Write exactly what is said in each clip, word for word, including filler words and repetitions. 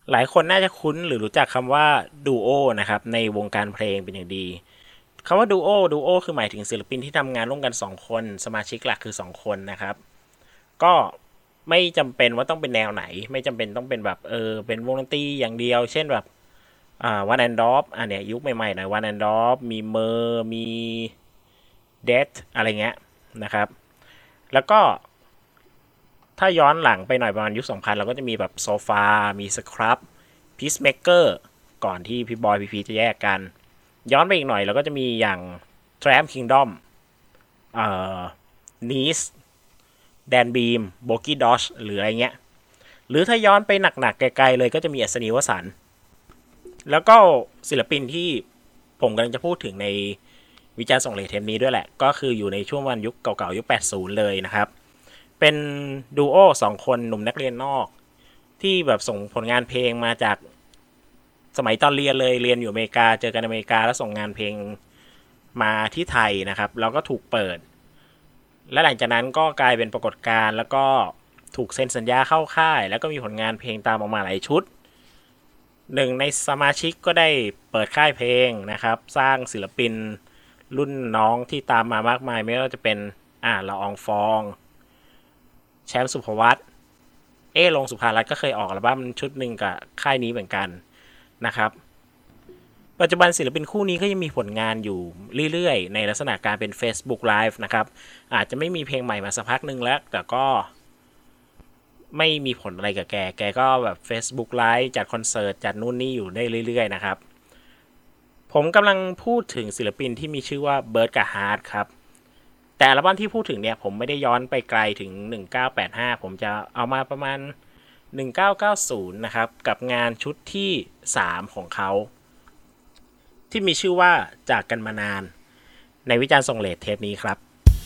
หลายคนน่าจะคุ้นหรือรู้จักคำว่าดูโอนะครับในวงการเพลงเป็นอย่างดีคำว่าดูโอดูโอคือหมายถึงศิลปินที่ทำงานร่วมกันสองคนสมาชิกหลักคือสองคนนะครับก็ไม่จำเป็นว่าต้องเป็นแนวไหนไม่จำเป็นต้องเป็นแบบเออเป็นวงดนตรีอย่างเดียวเช่นแบบอ่าวันแอนด์ดอฟอันเนี้ยยุคใหม่ๆหน่อยวันแอนด์ดอฟมีเมอร์มีเดธอะไรเงี้ยนะครับแล้วก็ถ้าย้อนหลังไปหน่อยประมาณยุคสองพันเราก็จะมีแบบโซฟามีสครับพีซเมเกอร์ก่อนที่พี่บอยพีพีจะแยกกันย้อนไปอีกหน่อยเราก็จะมีอย่าง Tramp Kingdom เอ่อ Nice แดนบีมโบกี้ดอชหรืออะไรเงี้ยหรือถ้าย้อนไปหนักๆไกลๆเลยก็จะมีอัศนีวสันต์แล้วก็ศิลปินที่ผมกำลังจะพูดถึงในวิจารณ์ส่งเลทเทมนี้ด้วยแหละก็คืออยู่ในช่วงวันยุคเก่าๆยุคแปดสิบเลยนะครับเป็นดูโอสองคนหนุ่มนักเรียนนอกที่แบบส่งผลงานเพลงมาจากสมัยตอนเรียนเลยเรียนอยู่อเมริกาเจอกันอเมริกาแล้วส่งงานเพลงมาที่ไทยนะครับแล้วก็ถูกเปิดและหลังจากนั้นก็กลายเป็นปรากฏการณ์แล้วก็ถูกเซ็นสัญญาเข้าค่ายแล้วก็มีผลงานเพลงตามออกมาหลายชุดหนึ่งในสมาชิกก็ได้เปิดค่ายเพลงนะครับสร้างศิลปินรุ่นน้องที่ตามมามากมายไม่ว่าจะเป็นอ่าละอองฟองแชมป์สุภวัตเอลงสุภารัตน์ก็เคยออกอัลบั้มชุดหนึ่งกับค่ายนี้เหมือนกันนะครับปัจจุบันศิลปินคู่นี้ก็ยังมีผลงานอยู่เรื่อยๆในลักษณะการเป็น Facebook Live นะครับอาจจะไม่มีเพลงใหม่มาสักพักหนึ่งแล้วแต่ก็ไม่มีผลอะไรกับแกแกก็แบบ Facebook Live จัดคอนเสิร์ตจัดนู่นนี่อยู่ได้เรื่อยๆนะครับผมกำลังพูดถึงศิลปินที่มีชื่อว่าเบิร์ดกับฮาร์ดครับแต่อัลบั้มที่พูดถึงเนี่ยผมไม่ได้ย้อนไปไกลถึงหนึ่งพันเก้าร้อยแปดสิบห้าผมจะเอามาประมาณหนึ่งพันเก้าร้อยเก้าสิบนะครับกับงานชุดที่สามของเขาที่มีชื่อว่าจากกันมานานในวิจารณ์ส่งเลทเทปนี้ครับ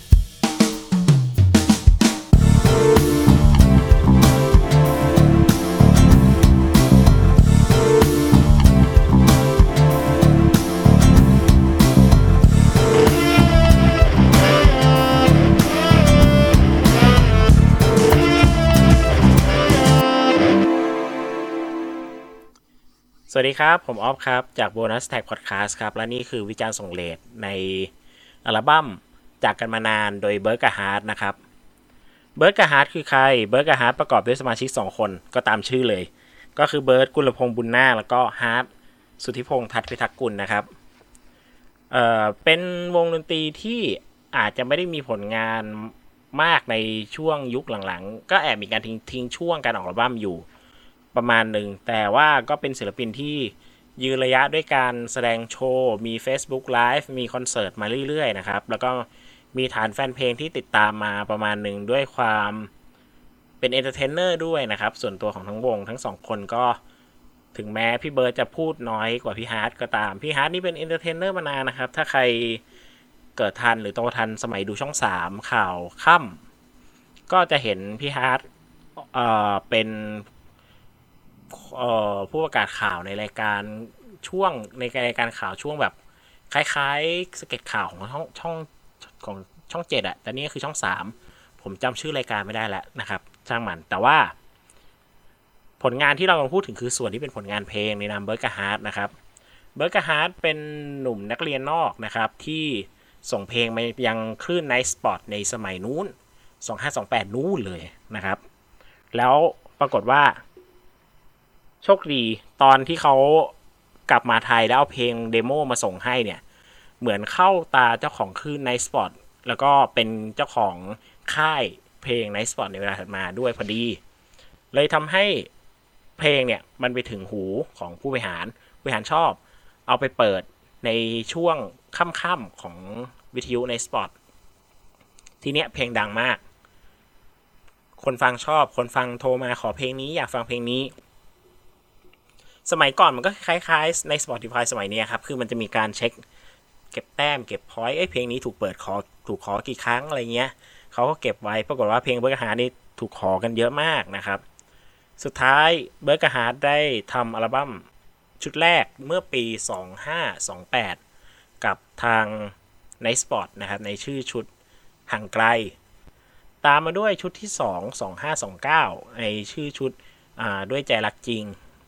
สวัสดีครับผมออฟครับจาก Bonus Tag Podcast ครับและนี่คือวิจารณ์ส่งเลทในอัลบั้มจากกันมานานโดยเบิร์กกับฮาร์ดนะครับเบิร์ดกับฮาร์ดคือใครเบิร์ดกับฮาร์ดประกอบด้วยสมาชิกสองคนก็ตามชื่อเลยก็คือเบิร์ดกุลพงษ์บุญนาคแล้วก็ฮาร์ดสุทธิพงษ์ทัศน์พิทักษ์กุลนะครับเอ่อเป็นวงดนตรีที่อาจจะไม่ได้มีผลงานมากในช่วงยุคหลังๆก็แอบมีการทิ้งทิ้งช่วงการออกอัลบั้มอยู่ประมาณหนึ่งแต่ว่าก็เป็นศิลปินที่ยืนระยะด้วยการแสดงโชว์มี Facebook Live มีคอนเสิร์ตมาเรื่อยๆนะครับแล้วก็มีฐานแฟนเพลงที่ติดตามมาประมาณหนึ่งด้วยความเป็นเอนเตอร์เทนเนอร์ด้วยนะครับส่วนตัวของทั้งวงทั้งสองคนก็ถึงแม้พี่เบิร์ดจะพูดน้อยกว่าพี่ฮาร์ดก็ตามพี่ฮาร์ดนี่เป็นเอนเตอร์เทนเนอร์มานานนะครับถ้าใครเกิดทันหรือโตทันสมัยดูช่องสามข่าวค่ำก็จะเห็นพี่ฮาร์ดเอ่อเป็นเอ่อผู้ประกาศข่าวในรายการช่วงในรายการข่าวช่วงแบบคล้ายๆสเก็ตข่าวของช่องช่องของช่องเจ็ดอะแต่นี่ก็คือช่องสามผมจำชื่อรายการไม่ได้แล้วนะครับช่างมันแต่ว่าผลงานที่เรากำลังพูดถึงคือส่วนที่เป็นผลงานเพลงในนามเบิร์กฮาร์ดนะครับเบิร์กฮาร์ดเป็นหนุ่มนักเรียนนอกนะครับที่ส่งเพลงมายังคลื่นไนท์สปอตในสมัยนู้นสองพันห้าร้อยยี่สิบแปดนู้นเลยนะครับแล้วปรากฏว่าโชคดีตอนที่เขากลับมาไทยแล้วเอาเพลงเดโมมาส่งให้เนี่ยเหมือนเข้าตาเจ้าของคลื่นไนท์สปอตแล้วก็เป็นเจ้าของค่ายเพลงไนท์สปอตในเวลาถัดมาด้วยพอดีเลยทำให้เพลงเนี่ยมันไปถึงหูของผู้บริหารผู้บริหารชอบเอาไปเปิดในช่วงค่ำๆของวิทยุในสปอตทีเนี้ยเพลงดังมากคนฟังชอบคนฟังโทรมาขอเพลงนี้อยากฟังเพลงนี้สมัยก่อนมันก็คล้ายๆใน Spotify สมัยนี้ครับคือมันจะมีการเช็คเก็บแต้มเก็บพอยต์เอ้ยเพลงนี้ถูกเปิดขอถูกขอกี่ครั้งอะไรเงี้ยเขาก็เก็บไว้ปรากฏว่าเพลงเบิร์กฮาร์ดนี่ถูกขอกันเยอะมากนะครับสุดท้ายเบิร์กฮาร์ดได้ทำอัลบั้มชุดแรกเมื่อปีสองพันห้าร้อยยี่สิบแปดกับทาง Night Spot นะครับในชื่อชุดห่างไกลตามมาด้วยชุดที่สอง สองพันห้าร้อยยี่สิบเก้าในชื่อชุดด้วยใจรักจริง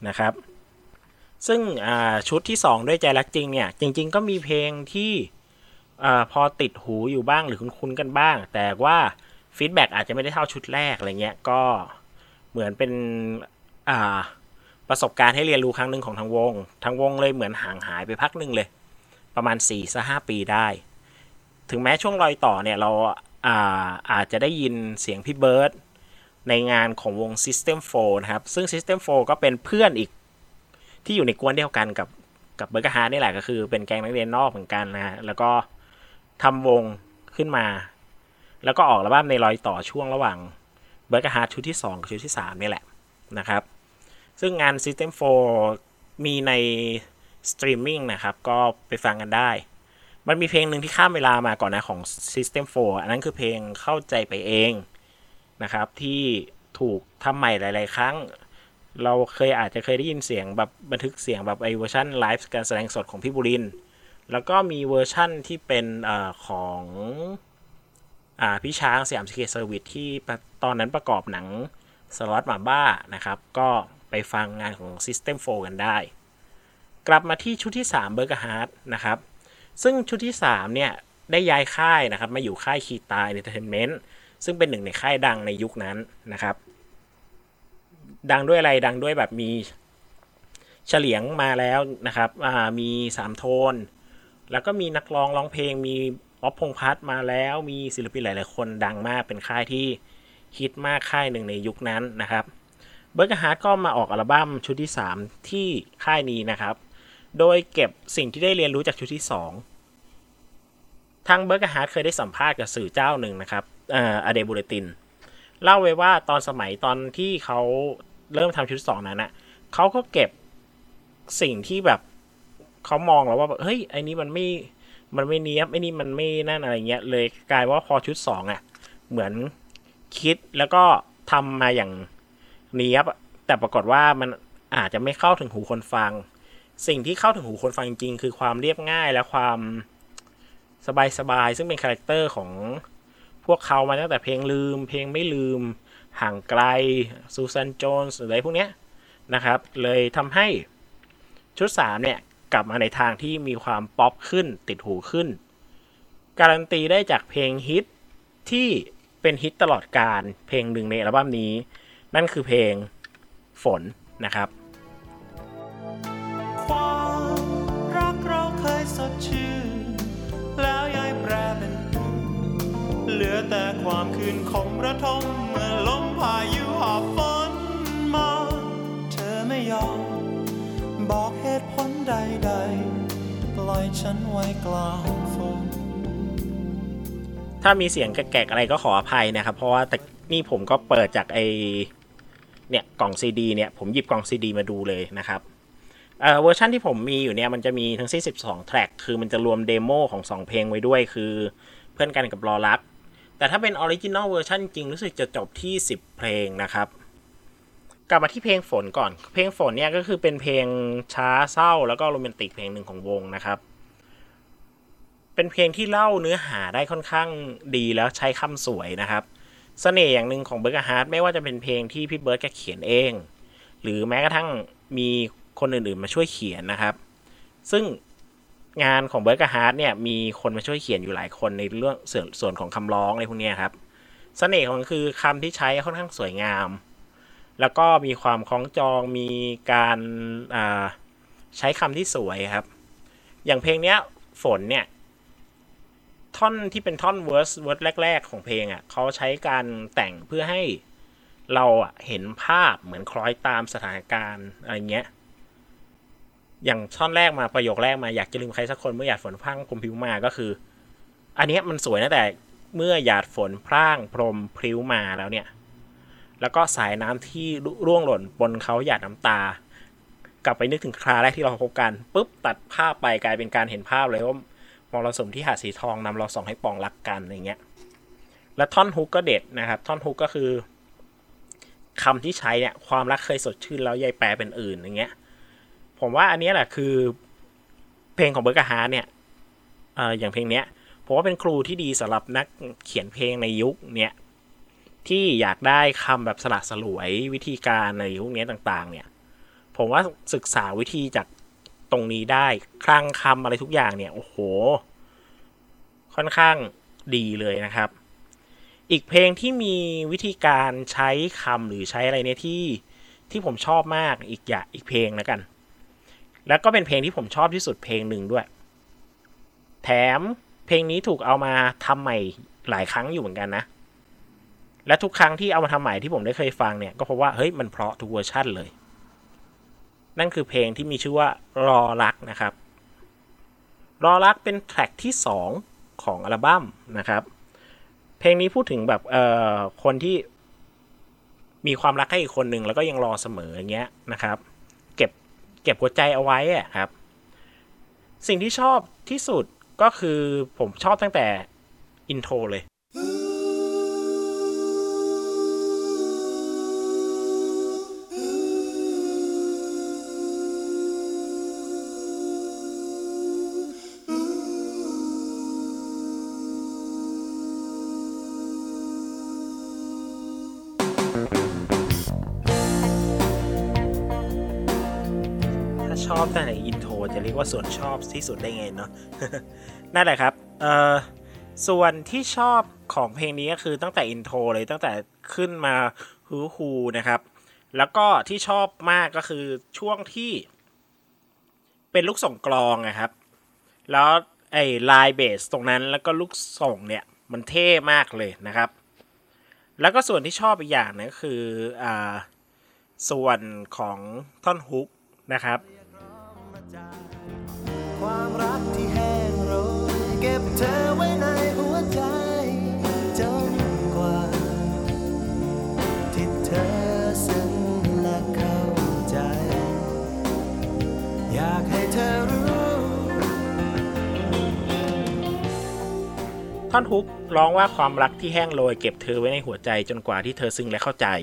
นะครับซึ่งชุดที่สองด้วยใจรักจริงเนี่ยจริงๆก็มีเพลงที่พอติดหูอยู่บ้างหรือคุ้นๆกันบ้างแต่ว่าฟีดแบ็กอาจจะไม่ได้เท่าชุดแรกอะไรเงี้ยก็เหมือนเป็นประสบการณ์ให้เรียนรู้ครั้งหนึ่งของทางวงทางวงเลยเหมือนห่างหายไปพักหนึ่งเลยประมาณ สี่ถึงห้า ปีได้ถึงแม้ช่วงรอยต่อเนี่ยเราอาอาจจะได้ยินเสียงพี่เบิร์ดในงานของวง System โฟร์ นะครับซึ่ง System โฟร์ ก็เป็นเพื่อนอีกที่อยู่ในกวนเดียวกันกับกับเบิร์กฮาร์ดนี่แหละก็คือเป็นแก๊งนักเรียนนอกเหมือนกันนะฮะแล้วก็ทำวงขึ้นมาแล้วก็ออกอัลบั้มในรอยต่อช่วงระหว่างเบิร์กฮาร์ดชุดที่สองกับชุดที่สามนี่แหละนะครับซึ่งงาน System โฟร์ มีในสตรีมมิ่งนะครับก็ไปฟังกันได้มันมีเพลงหนึ่งที่ข้ามเวลามาก่อนนะของ System โฟร์ อันนั้นคือเพลงเข้าใจไปเองนะครับที่ถูกทำใหม่หลายๆครั้งเราเคยอาจจะเคยได้ยินเสียงแบบบันทึกเสียงแบบไอเวอร์ชันไลฟ์การแสดงสดของพี่บุรินทร์แล้วก็มีเวอร์ชั่นที่เป็นเอ่อของอ่าพี่ช้างสยามซีเคเซอร์วิสที่ตอนนั้นประกอบหนังสล็อตหมาบ้านะครับก็ไปฟังงานของ System โฟร์ กันได้กลับมาที่ชุดที่สามเบิร์กฮาร์ดนะครับซึ่งชุดที่สามเนี่ยได้ย้ายค่ายนะครับมาอยู่ค่ายคีตาเอนเตอร์เทนเมนต์ซึ่งเป็นหนึ่งในค่ายดังในยุคนั้นนะครับดังด้วยอะไรดังด้วยแบบมีเฉลียงมาแล้วนะครับมีสามโทนแล้วก็มีนักร้องร้องเพลงมีอ๊อฟพงษ์พัฒน์มาแล้วมีศิลปินหลายๆคนดังมากเป็นค่ายที่ฮิตมากค่ายหนึ่งในยุคนั้นนะครับเบิร์กฮาร์ดก็มาออกอัลบั้มชุดที่สามที่ค่ายนี้นะครับโดยเก็บสิ่งที่ได้เรียนรู้จากชุดที่สองทางเบิร์กฮาร์ดเคยได้สัมภาษณ์กับสื่อเจ้าหนึ่งนะครับเอ่ออเดบูเลตินเล่าไว้ว่าตอนสมัยตอนที่เขาเริ่มทำชุดสองนั้นนะเขาก็เก็บสิ่งที่แบบเขามองแล้วว่าเฮ้ยไอ้นี้มันไม่มันไม่เนี้ยบไอ้นี่มันไม่นั่นอะไรเงี้ยเลยกลายว่าพอชุดสองอ่ะเหมือนคิดแล้วก็ทำมาอย่างเนี้ยบแต่ปรากฏว่ามันอาจจะไม่เข้าถึงหูคนฟังสิ่งที่เข้าถึงหูคนฟังจริงๆคือความเรียบง่ายและความสบายๆซึ่งเป็นคาแรคเตอร์ของพวกเขามาตั้งแต่เพลงลืมเพลงไม่ลืมห่างไกลซูซานโจนส์อะไรพวกเนี้ยนะครับเลยทำให้ชุดสามเนี่ยกลับมาในทางที่มีความป๊อปขึ้นติดหูขึ้นการันตีได้จากเพลงฮิตที่เป็นฮิตตลอดกาลเพลงหนึ่งในอัลบั้มนี้นั่นคือเพลงฝนนะครับความรักเราเคยสดชื่นแล้วย้ายแปรเป็นเหลือแต่ความคืนคงระทมเมื่อลมพายุหอบฝนมาเธอไม่ยอมบอกเหตุผลใดๆปล่อยฉันไว้กลางฝนถ้ามีเสียงแกะๆอะไรก็ขออภัยนะครับเพราะว่าแต่นี่ผมก็เปิดจากไอเนี่ยกล่องซีดีเนี่ยผมหยิบกล่องซีดีมาดูเลยนะครับเอ่อเวอร์ชันที่ผมมีอยู่เนี่ยมันจะมีทั้งสิ้นสิบสองแทร็กคือมันจะรวมเดโมของสองเพลงไว้ด้วยคือเพื่อนกันกับรอรักแต่ถ้าเป็นออริจินอลเวอร์ชันจริงรู้สึกจะจบที่สิบเพลงนะครับกลับมาที่เพลงฝนก่อนเพลงฝนเนี่ยก็คือเป็นเพลงช้าเศร้าแล้วก็โรแมนติกเพลงหนึ่งของวงนะครับเป็นเพลงที่เล่าเนื้อหาได้ค่อนข้างดีแล้วใช้คำสวยนะครับเสน่ห์อย่างหนึ่งของเบิร์กฮาร์ดไม่ว่าจะเป็นเพลงที่พี่เบิร์ดแกเขียนเองหรือแม้กระทั่งมีคนอื่นๆมาช่วยเขียนนะครับซึ่งงานของเบิร์กฮาร์ดเนี่ยมีคนมาช่วยเขียนอยู่หลายคนในเรื่องส่วนส่วนของคำร้องอะไรพวกนี้ครับเสน่ห์ของมันคือคำที่ใช้ค่อนข้างสวยงามแล้วก็มีความคล้องจองมีการใช้คำที่สวยครับอย่างเพลงเนี้ยฝนเนี่ยท่อนที่เป็นท่อนเวิร์สเวิร์สแรกๆของเพลงอ่ะเขาใช้การแต่งเพื่อให้เราอ่ะเห็นภาพเหมือนคล้อยตามสถานการณ์อะไรเงี้ยอย่างท่อนแรกมาประโยคแรกมาอยากจะลืมใครสักคนเมื่อหยาดฝนพรั่งพรมพริ้วมาก็คืออันนี้มันสวยนะแต่เมื่อหยาดฝนพรั่งพรมพริ้วมาแล้วเนี่ยแล้วก็สายน้ำที่ร่วงหล่นบนเขาหยาดน้ำตากลับไปนึกถึงคราแรกที่เราพบกันปุ๊บตัดภาพไปกลายเป็นการเห็นภาพเลยว่ามรสุมที่หาดสีทองนำเราสองให้ปองรักกันอะไรเงี้ยและท่อนฮุกก็เด็ดนะครับท่อนฮุกก็คือคำที่ใช้เนี่ยความรักเคยสดชื่นแล้วยายแปรเป็นอื่นอย่างเงี้ยผมว่าอันนี้แหละคือเพลงของเบิร์กฮาร์ดเนี่ยเอ่ออย่างเพลงเนี้ยผมว่าเป็นครูที่ดีสำหรับนักเขียนเพลงในยุคเนี้ยที่อยากได้คำแบบสละสลวยวิธีการในยุคนี้ต่างๆเนี่ยผมว่าศึกษาวิธีจากตรงนี้ได้คลังคำอะไรทุกอย่างเนี่ยโอ้โหค่อนข้างดีเลยนะครับอีกเพลงที่มีวิธีการใช้คำหรือใช้อะไรเนี่ยที่ที่ผมชอบมากอีกอย่างอีกเพลงแล้วกันแล้วก็เป็นเพลงที่ผมชอบที่สุดเพลงหนึ่งด้วยแถมเพลงนี้ถูกเอามาทำใหม่หลายครั้งอยู่เหมือนกันนะและทุกครั้งที่เอามาทำใหม่ที่ผมได้เคยฟังเนี่ยก็เพราะว่าเฮ้ยมันเพราะทุกเวอร์ชันเลยนั่นคือเพลงที่มีชื่อว่ารอรักนะครับรอรักเป็นแทร็กที่สองของอัลบั้มนะครับเพลงนี้พูดถึงแบบเอ่อคนที่มีความรักให้อีกคนหนึ่งแล้วก็ยังรอเสมออย่างเงี้ยนะครับเก็บเก็บหัวใจเอาไว้อะครับสิ่งที่ชอบที่สุดก็คือผมชอบตั้งแต่อินโทรเลยชอบแต่ในอินโทรจะเรียกว่าส่วนชอบที่สุดได้ไงเนาะ นั่นแหละครับเอ่อส่วนที่ชอบของเพลงนี้ก็คือตั้งแต่อินโทรเลยตั้งแต่ขึ้นมาฮูฮูนะครับแล้วก็ที่ชอบมากก็คือช่วงที่เป็นลูกส่งกลองนะครับแล้วไอ้ไลน์เบสตรงนั้นแล้วก็ลูกส่งเนี่ยมันเท่มากเลยนะครับแล้วก็ส่วนที่ชอบอีกอย่างนึงก็คืออ่าส่วนของท่อนฮุกนะครับความรักที่แห้งโรยเก็บเธอไว้ในหัวใจจนกว่าที่เธอซึ้งและเข้าใจอยากให้เธอรู้ท่อนฮุกร้องว่าความรักที่แห้งโรยเก็บเธอไว้ในหัวใจจนกว่าที่เธอซึ้งและเข้าใจ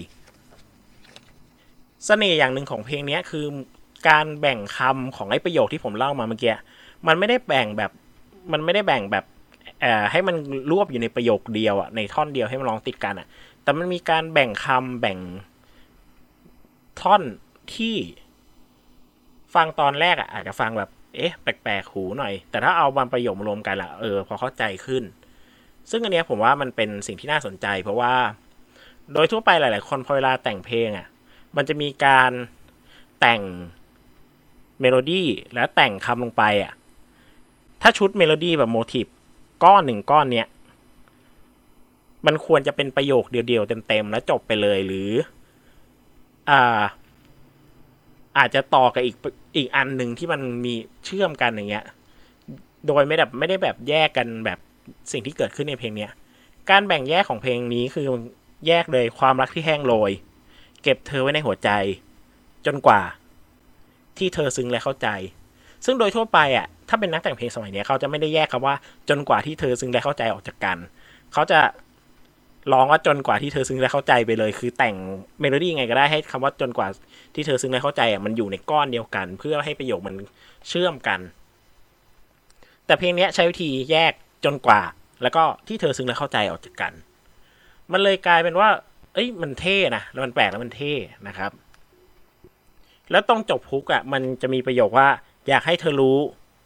เสน่ห์อย่างหนึ่งของเพลงนี้คือการแบ่งคำของไอ้ประโยคที่ผมเล่ามาเมื่อกี้มันไม่ได้แบ่งแบบมันไม่ได้แบ่งแบบเอ่อให้มันรวบอยู่ในประโยคเดียวอ่ะในท่อนเดียวให้มันร้องติดกันอ่ะแต่มันมีการแบ่งคำแบ่งท่อนที่ฟังตอนแรกอ่ะอาจจะฟังแบบเอ๊ะแปลกๆหูหน่อยแต่ถ้าเอาบางประโยคมารวมกันละเออพอเข้าใจขึ้นซึ่งอันเนี้ยผมว่ามันเป็นสิ่งที่น่าสนใจเพราะว่าโดยทั่วไปหลายๆคนพอเวลาแต่งเพลงอ่ะมันจะมีการแต่งเมโลดี้แล้วแต่งคำลงไปอ่ะถ้าชุดเมโลดี้แบบโมทีฟก้อนหนึ่งก้อนเนี้ยมันควรจะเป็นประโยคเดียวๆเต็มๆแล้วจบไปเลยหรืออ่าอาจจะต่อกับอีกอีกอันหนึ่งที่มันมีเชื่อมกันอย่างเงี้ยโดยไม่แบบไม่ได้แบบแยกกันแบบสิ่งที่เกิดขึ้นในเพลงเนี้ยการแบ่งแยกของเพลงนี้คือแยกเลยความรักที่แห้งโรยเก็บเธอไว้ในหัวใจจนกว่าที่เธอซึ้งและเข้าใจซึ่งโดยทั่วไปอ่ะถ้าเป็นนักแต่งเพลงสมัยนี้เขาจะไม่ได้แยกคำว่าจนกว่าที่เธอซึ้งและเข้าใจออกจากกันเขาจะร้องว่าจนกว่าที่เธอซึ้งและเข้าใจไปเลยคือแต่งเมโลดี้ไงก็ได้ให้คำว่าจนกว่าที่เธอซึ้งและเข้าใจอ่ะมันอยู่ในก้อนเดียวกันเพื่อให้ประโยคมันเชื่อมกันแต่เพลงนี้ใช้วิธีแยกจนกว่าแล้วก็ที่เธอซึ้งและเข้าใจออกจากกันมันเลยกลายเป็นว่าเอ้ยมันเท่นะแล้วมันแปลกแล้วมันเท่นะครับแล้วตรงจบฮุกอ่ะมันจะมีประโยคว่าอยากให้เธอรู้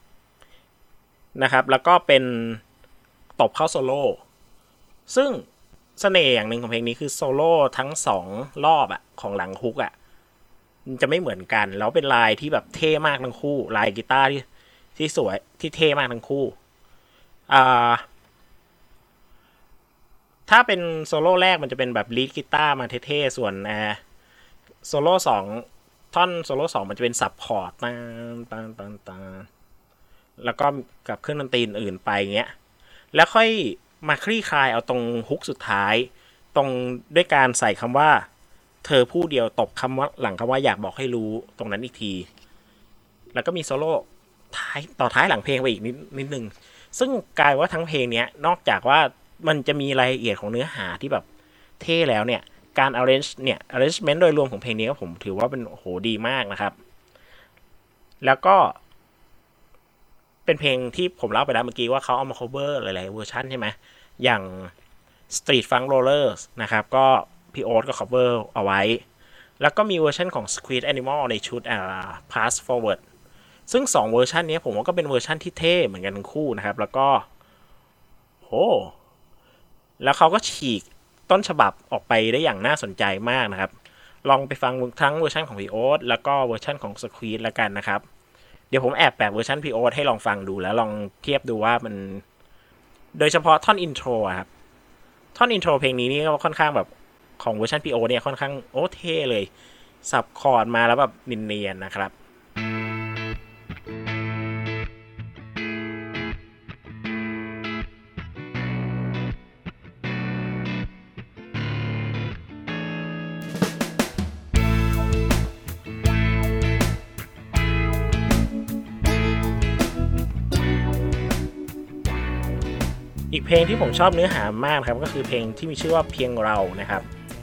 นะครับแล้วก็เป็นตบเข้าโซโล่ซึ่งเสน่ห์อย่างหนึ่งของเพลงนี้คือโซโล่ทั้งสองรอบอ่ะของหลังฮุกอ่ะมันจะไม่เหมือนกันแล้วเป็นลายที่แบบเท่มากทั้งคู่ลายกีตาร์ที่ที่สวยที่เท่มากทั้งคู่อ่าถ้าเป็นโซโล่แรกมันจะเป็นแบบลีดกีตาร์มาเท่ๆส่วนอ่าโซโล่สองท่อนโซโล่สองมันจะเป็นซับคอร์ดตางตางตางตางแล้วก็กับเครื่องดนตรีอื่นไปเงี้ยแล้วค่อยมาคลี่คลายเอาตรงฮุกสุดท้ายตรงด้วยการใส่คำว่าเธอผู้เดียวตบคำว่าหลังคำว่าอยากบอกให้รู้ตรงนั้นอีกทีแล้วก็มีโซโล่ท้ายต่อท้ายหลังเพลงไปอีกนิดนิดนึงซึ่งกลายว่าทั้งเพลงเนี้ยนอกจากว่ามันจะมีรายละเอียดของเนื้อหาที่แบบเท่แล้วเนี่ยการ arrange เนี่ย arrangement โดยรวมของเพลงนี้ก็ผมถือว่าเป็นโหดีมากนะครับแล้วก็เป็นเพลงที่ผมเล่าไปแล้วเมื่อกี้ว่าเขาเอามา cover หลายๆเวอร์ชันใช่ไหมอย่าง Street Funk Rollers นะครับก็พี่โอ๊ตก็ cover เอาไว้แล้วก็มีเวอร์ชันของ Squid Animal ในชุดอ่า Pass Forward ซึ่งสองเวอร์ชันนี้ผมว่าก็เป็นเวอร์ชันที่เท่เหมือนกันทั้งคู่นะครับแล้วก็โหแล้วเขาก็ฉีกต้นฉบับออกไปได้อย่างน่าสนใจมากนะครับลองไปฟังทั้งเวอร์ชันของพี่โอ๊ตแล้วก็เวอร์ชันของ Squid แล้วกันนะครับเดี๋ยวผมแอบแปะเวอร์ชันพี่โอ๊ตให้ลองฟังดูแล้วลองเทียบดูว่ามันโดยเฉพาะท่อนอินโทรครับท่อนอินโทรเพลงนี้นี่ก็ค่อนข้างแบบของเวอร์ชันพี่โอ๊ตเนี่ยค่อนข้างโอ้เท่เลยสับคอร์ดมาแล้วแบบเนียนๆนะครับอีกเพลงที่ผมชอบเนื้อหามากครับก็คือเพลงที่มีชื่อว่าเพียงเรานะครับ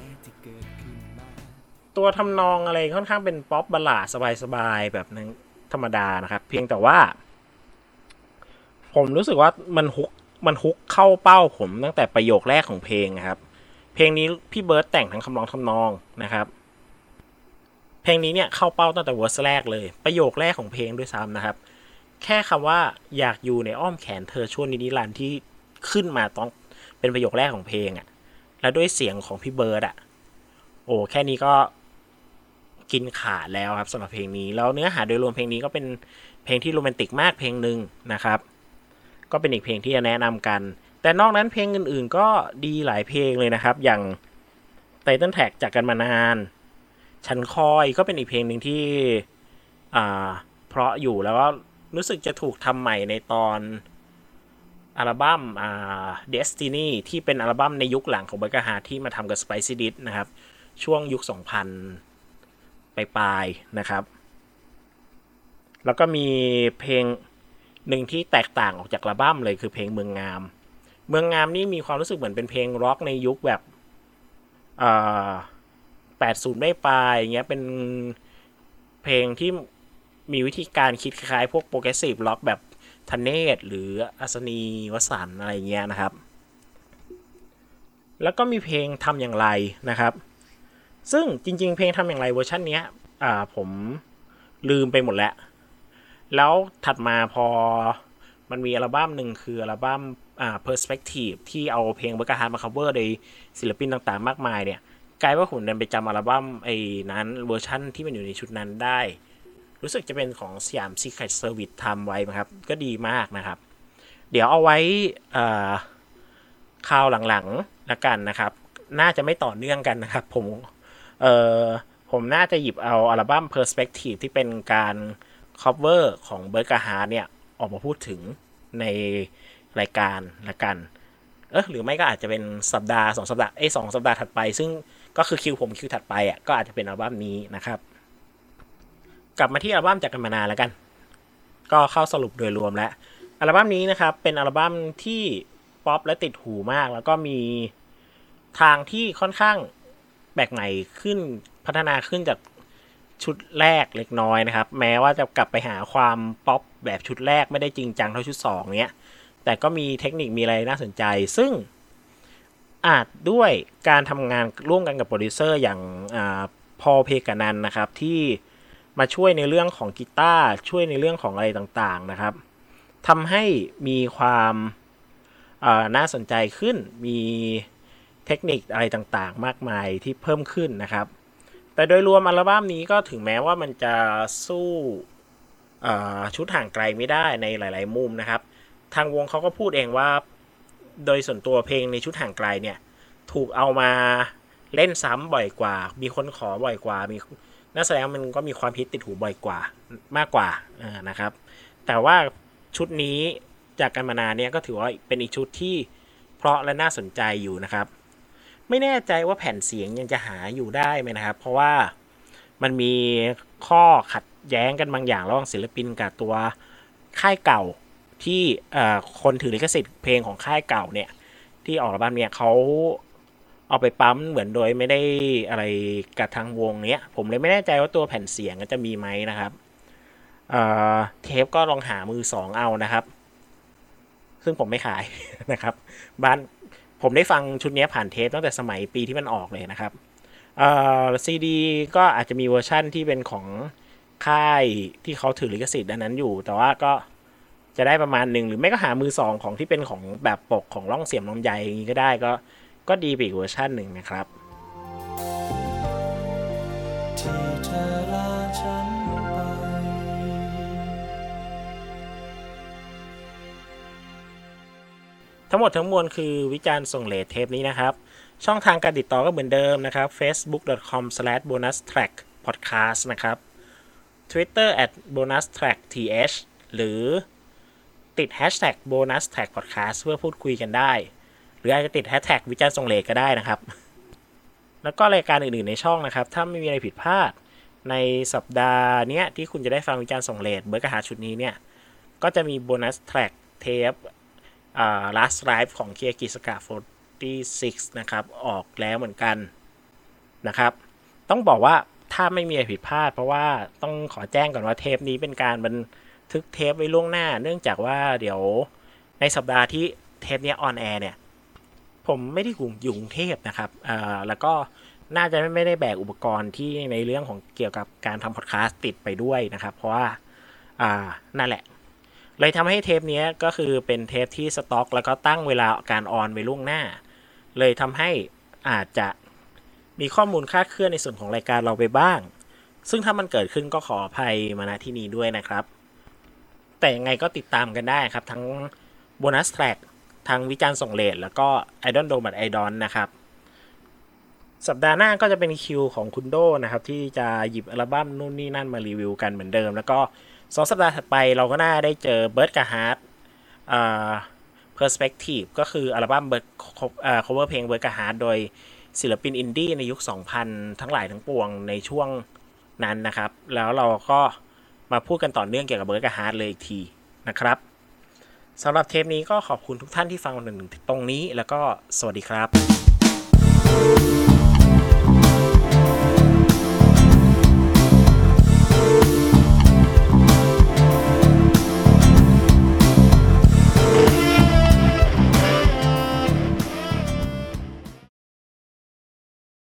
ตัวทำนองอะไรค่อนข้างเป็นป๊อปบัลลาดสบายๆแบบนึงธรรมดานะครับเพียงแต่ว่าผมรู้สึกว่ามันฮุกมันฮุกเข้าเป้าผมตั้งแต่ประโยคแรกของเพลงครับเพลงนี้พี่เบิร์ดแต่งทั้งคำร้องทำนองนะครับเพลงนี้เนี่ยเข้าเป้าตั้งแต่เวอร์สแรกเลยประโยคแรกของเพลงด้วยซ้ำนะครับแค่คำว่าอยากอยู่ในอ้อมแขนเธอชั่วนิรันดร์ที่ขึ้นมาต้องเป็นประโยคแรกของเพลงอ่ะแล้วด้วยเสียงของพี่เบิร์ดอ่ะโอ้แค่นี้ก็กินขาดแล้วครับสำหรับเพลงนี้แล้วเนื้อหาโดยรวมเพลงนี้ก็เป็นเพลงที่โรแมนติกมากเพลงหนึ่งนะครับก็เป็นอีกเพลงที่จะแนะนำกันแต่นอกนั้นเพลงอื่นๆก็ดีหลายเพลงเลยนะครับอย่างไตเติ้ลแท็กจากกันมานานฉันคอยก็เป็นอีกเพลงหนึ่งที่อ่าเพราะอยู่แล้วก็รู้สึกจะถูกทำใหม่ในตอนอัลบั้มอ่า Destiny ที่เป็นอัลบั้มในยุคหลังของเบเกอร์ฮาร์ทที่มาทำกับ Spicy Dish นะครับช่วงยุค สองพัน ปลายๆนะครับแล้วก็มีเพลงหนึ่งที่แตกต่างออกจากอัลบั้มเลยคือเพลงเมืองงามเมืองงามนี่มีความรู้สึกเหมือนเป็นเพลงร็อกในยุคแบบอ่าแปดสิบไม่ปลายอย่างเงี้ยเป็นเพลงที่มีวิธีการคิดคล้ายๆพวกโปรเกรสซีฟร็อกแบบธเนศหรืออัศนีวสันต์อะไรเงี้ยนะครับแล้วก็มีเพลงทำอย่างไรนะครับซึ่งจริงๆเพลงทำอย่างไรเวอร์ชันนี้อ่าผมลืมไปหมดแล้วแล้วถัดมาพอมันมีอัลบั้มหนึ่งคืออัลบั้มอ่า Perspective ที่เอาเพลงเบอร์กาฮาร์ดมา cover โดยศิลปินต่างๆมากมายเนี่ยกลายว่าผมเดินไปจำอัลบั้มไอ้นั้นเวอร์ชันที่มันอยู่ในชุดนั้นได้รู้สึกจะเป็นของสยาม Secret Service ทำไว้นะครับก็ดีมากนะครับเดี๋ยวเอาไว้คราวหลังๆละกันนะครับน่าจะไม่ต่อเนื่องกันนะครับผมเอ่อผมน่าจะหยิบเอาอัลบั้ม Perspective ที่เป็นการ cover ของเบิร์ดกาฮาร์ดเนี่ยออกมาพูดถึงในรายการละกันเออหรือไม่ก็อาจจะเป็นสัปดาห์สองสัปดาห์ไอ้สองสัปดาห์ถัดไปซึ่งก็คือคิวผมคิวถัดไปอ่ะก็อาจจะเป็นอัลบั้มนี้นะครับกลับมาที่อัลบั้มจากกันมานานแล้วกันก็เข้าสรุปโดยรวมแล้วอัลบั้มนี้นะครับเป็นอัลบั้มที่ป๊อปและติดหูมากแล้วก็มีทางที่ค่อนข้างแปลกใหม่ขึ้นพัฒนาขึ้นจากชุดแรกเล็กน้อยนะครับแม้ว่าจะกลับไปหาความป๊อปแบบชุดแรกไม่ได้จริงจังเท่าชุดสองเนี้ยแต่ก็มีเทคนิคมีอะไรน่าสนใจซึ่งอาจด้วยการทำงานร่วมกันกับโปรดิวเซอร์อย่างพอล เพกานันนะครับที่มาช่วยในเรื่องของกีตาร์ช่วยในเรื่องของอะไรต่างๆนะครับทำให้มีความน่าสนใจขึ้นมีเทคนิคอะไรต่างๆมากมายที่เพิ่มขึ้นนะครับแต่โดยรวมอัลบั้มนี้ก็ถึงแม้ว่ามันจะสู้ชุดห่างไกลไม่ได้ในหลายๆมุมนะครับทางวงเขาก็พูดเองว่าโดยส่วนตัวเพลงในชุดห่างไกลเนี่ยถูกเอามาเล่นซ้ำบ่อยกว่ามีคนขอบ่อยกว่ามีนั่นแสดงว่ามันก็มีความฮิตติดหูบ่อยกว่ามากกว่านะครับแต่ว่าชุดนี้จากกันมานานเนี่ยก็ถือว่าเป็นอีกชุดที่เพราะและน่าสนใจอยู่นะครับไม่แน่ใจว่าแผ่นเสียงยังจะหาอยู่ได้ไหมนะครับเพราะว่ามันมีข้อขัดแย้งกันบางอย่างระหว่างศิลปินกับตัวค่ายเก่าที่คนถือลิขสิทธิ์เพลงของค่ายเก่าเนี่ยที่ออกอัลบั้มเนี่ยเขาเอาไปปั๊มเหมือนโดยไม่ได้อะไรกับทางวงเนี้ยผมเลยไม่แน่ใจว่าตัวแผ่นเสียงจะมีไหมนะครับเทปก็ลองหามือสองเอานะครับซึ่งผมไม่ขายนะครับบ้านผมได้ฟังชุดนี้ผ่านเทปตั้งแต่สมัยปีที่มันออกเลยนะครับเอ่อซีดีก็อาจจะมีเวอร์ชั่นที่เป็นของค่ายที่เขาถือลิขสิทธิ์อันนั้นอยู่แต่ว่าก็จะได้ประมาณหนึ่งหรือไม่ก็หามือสองของที่เป็นของแบบปกของร่องเสียมลำไยอย่างนี้ก็ได้ก็ก็ดีไปอีกเวอร์ชันหนึ่งนะครับที่เธอลาฉันไปทั้งหมดทั้งมวลคือวิจารณ์ส่งเรทเทปนี้นะครับช่องทางการติดต่อก็เหมือนเดิมนะครับ เฟซบุ๊ก ดอท คอม สแลช โบนัสแทร็ก พอดแคสต์ นะครับ Twitter แอท โบนัสแทร็ก ที เอช หรือติด Hashtag โบนัสแทร็ก พอดแคสต์ เพื่อพูดคุยกันได้หรืออาจจะติด Hashtag วิจารณ์ส่งเรทก็ได้นะครับแล้วก็รายการอื่นๆในช่องนะครับถ้าไม่มีอะไรผิดพลาดในสัปดาห์นี้ที่คุณจะได้ฟังวิจารณ์ส่งเรทเบิร์กหาชุดนี้เนี่ยก็จะมีโบนัสแทร็กเทปอ่า Last Live ของ Kiyaki Saka โฟร์ตี้ซิกซ์ นะครับออกแล้วเหมือนกันนะครับต้องบอกว่าถ้าไม่มีอะไรผิดพลาดเพราะว่าต้องขอแจ้งก่อนว่าเทปนี้เป็นการบันทึกเทปไว้ล่วงหน้าเนื่องจากว่าเดี๋ยวในสัปดาห์ที่เทปนี้ออนแอร์เนี่ยผมไม่ได้อยู่กรุงเทพนะครับอ่าแล้วก็น่าจะไม่ได้แบกอุปกรณ์ที่ในเรื่องของเกี่ยวกับการทำพอดแคสต์ติดไปด้วยนะครับเพราะว่าอ่านั่นแหละเลยทำให้เทปนี้ก็คือเป็นเทปที่สต็อกแล้วก็ตั้งเวลาการออนไว้ล่วงหน้าเลยทำให้อาจจะมีข้อมูลคลาดเคลื่อนในส่วนของรายการเราไปบ้างซึ่งถ้ามันเกิดขึ้นก็ขออภัยมาณที่นี้ด้วยนะครับแต่ยังไงก็ติดตามกันได้ครับทั้งโบนัสแทร็กทั้งวิจารณ์ส่งเรทแล้วก็ I don't know but I don't นะครับสัปดาห์หน้าก็จะเป็นคิวของคุณโดนะครับที่จะหยิบอัลบั้มนู่นนี่นั่นมารีวิวกันเหมือนเดิมแล้วก็สองสัปดาห์ถัดไปเราก็น่าได้เจอเบิร์ดกับฮาร์ดอ่า Perspective ก็คืออัลบั้มเบิร์ดอ่า cover เพลงเบิร์ดกับฮาร์ดโดยศิลปินอินดี้ในยุค สองพัน ทั้งหลายทั้งปวงในช่วงนั้นนะครับแล้วเราก็มาพูดกันต่อเนื่องเกี่ยวกับเบิร์ดกับฮาร์ดเลยอีกทีนะครับสำหรับเทปนี้ก็ขอบคุณทุกท่านที่ฟังมาถึงตรงนี้แล้วก็สวัสดีครับ